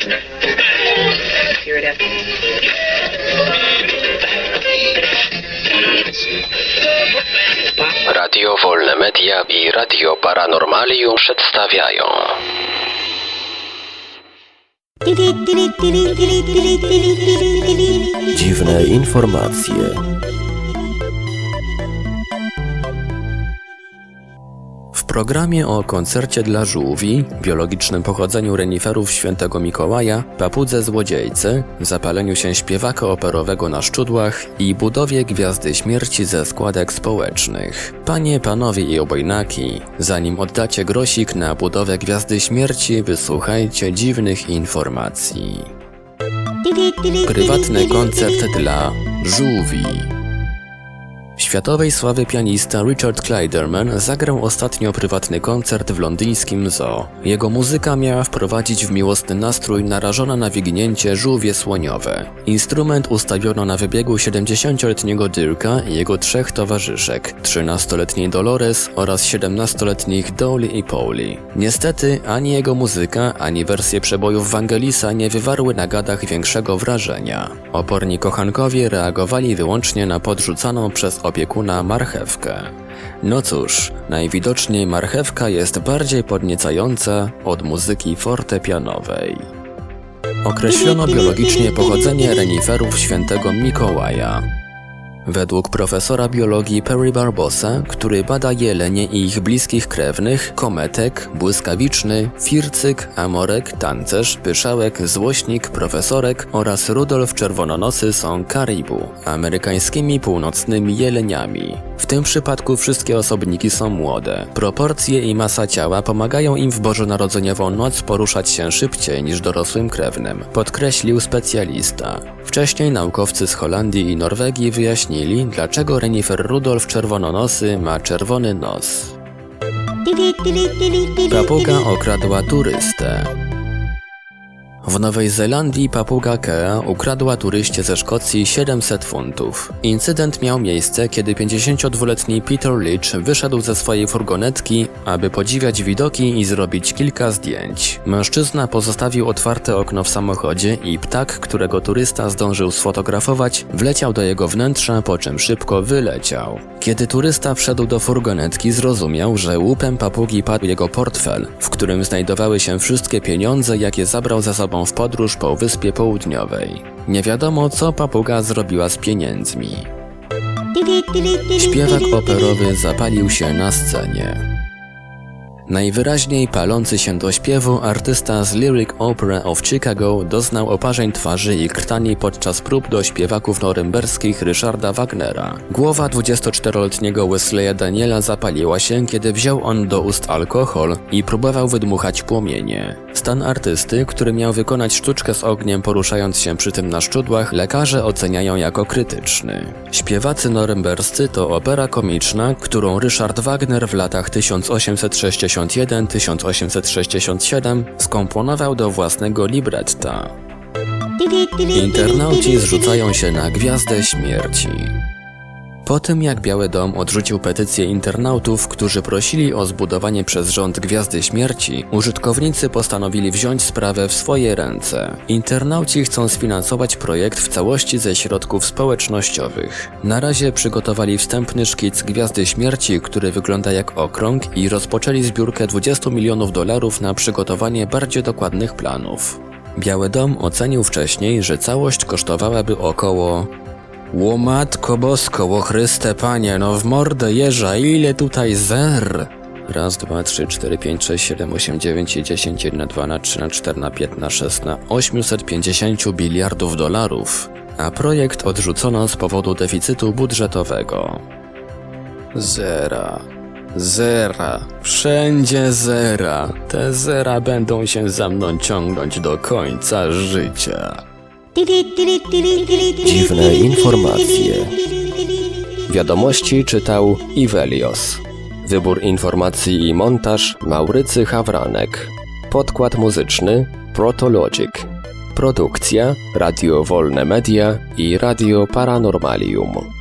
Radio Wolne Media i Radio Paranormalium przedstawiają dziwne informacje. W programie o koncercie dla żółwi, biologicznym pochodzeniu reniferów świętego Mikołaja, papudze złodziejce, zapaleniu się śpiewaka operowego na szczudłach i budowie Gwiazdy Śmierci ze składek społecznych. Panie, panowie i obojnaki, zanim oddacie grosik na budowę Gwiazdy Śmierci, wysłuchajcie dziwnych informacji. Prywatny koncert dla żółwi. Światowej sławy pianista Richard Clayderman zagrał ostatnio prywatny koncert w londyńskim zoo. Jego muzyka miała wprowadzić w miłosny nastrój narażone na wyginięcie żółwie słoniowe. Instrument ustawiono na wybiegu 70-letniego Dirka i jego 3 towarzyszek, 13-letniej Dolores oraz 17-letnich Dolly i Polly. Niestety ani jego muzyka, ani wersje przebojów Vangelisa nie wywarły na gadach większego wrażenia. Oporni kochankowie reagowali wyłącznie na podrzucaną przez opiekuna marchewkę. No cóż, najwidoczniej marchewka jest bardziej podniecająca od muzyki fortepianowej. Określono biologicznie pochodzenie reniferów świętego Mikołaja. Według profesora biologii Perry Barbosa, który bada jelenie i ich bliskich krewnych, kometek, błyskawiczny, fircyk, amorek, tancerz, pyszałek, złośnik, profesorek oraz Rudolf Czerwononosy są karibu, amerykańskimi północnymi jeleniami. W tym przypadku wszystkie osobniki są młode. Proporcje i masa ciała pomagają im w bożonarodzeniową noc poruszać się szybciej niż dorosłym krewnym, podkreślił specjalista. Wcześniej naukowcy z Holandii i Norwegii wyjaśnili, dlaczego renifer Rudolf Czerwononosy ma czerwony nos. Papuga okradła turystę. W Nowej Zelandii papuga Kea ukradła turyście ze Szkocji 700 funtów. Incydent miał miejsce, kiedy 52-letni Peter Leach wyszedł ze swojej furgonetki, aby podziwiać widoki i zrobić kilka zdjęć. Mężczyzna pozostawił otwarte okno w samochodzie i ptak, którego turysta zdążył sfotografować, wleciał do jego wnętrza, po czym szybko wyleciał. Kiedy turysta wszedł do furgonetki, zrozumiał, że łupem papugi padł jego portfel, w którym znajdowały się wszystkie pieniądze, jakie zabrał ze sobą w podróż po Wyspie Południowej. Nie wiadomo, co papuga zrobiła z pieniędzmi. Śpiewak operowy zapalił się na scenie. Najwyraźniej palący się do śpiewu artysta z Lyric Opera of Chicago doznał oparzeń twarzy i krtani podczas prób do śpiewaków norymberskich Richarda Wagnera. Głowa 24-letniego Wesleya Daniela zapaliła się, kiedy wziął on do ust alkohol i próbował wydmuchać płomienie. Stan artysty, który miał wykonać sztuczkę z ogniem poruszając się przy tym na szczudłach, lekarze oceniają jako krytyczny. Śpiewacy norymberscy to opera komiczna, którą Richard Wagner w latach 1861-1867 skomponował do własnego libretta. Internauci zrzucają się na Gwiazdę Śmierci. Po tym jak Biały Dom odrzucił petycję internautów, którzy prosili o zbudowanie przez rząd Gwiazdy Śmierci, użytkownicy postanowili wziąć sprawę w swoje ręce. Internauci chcą sfinansować projekt w całości ze środków społecznościowych. Na razie przygotowali wstępny szkic Gwiazdy Śmierci, który wygląda jak okrąg, i rozpoczęli zbiórkę $20 milionów na przygotowanie bardziej dokładnych planów. Biały Dom ocenił wcześniej, że całość kosztowałaby około... Ło matko bosko, ło Chryste Panie, no w mordę jeża, ile tutaj zer? 1, 2, 3, 4, 5, 6, 7, 8, 9, 10, 1, 2, 3, 4, 5, 6, 850 biliardów dolarów, a projekt odrzucono z powodu deficytu budżetowego. Zera. Zera. Wszędzie zera. Te zera będą się za mną ciągnąć do końca życia. Dziwne informacje. Wiadomości czytał Ivelios. Wybór informacji i montaż Maurycy Hawranek. Podkład muzyczny Protologic. Produkcja Radio Wolne Media i Radio Paranormalium.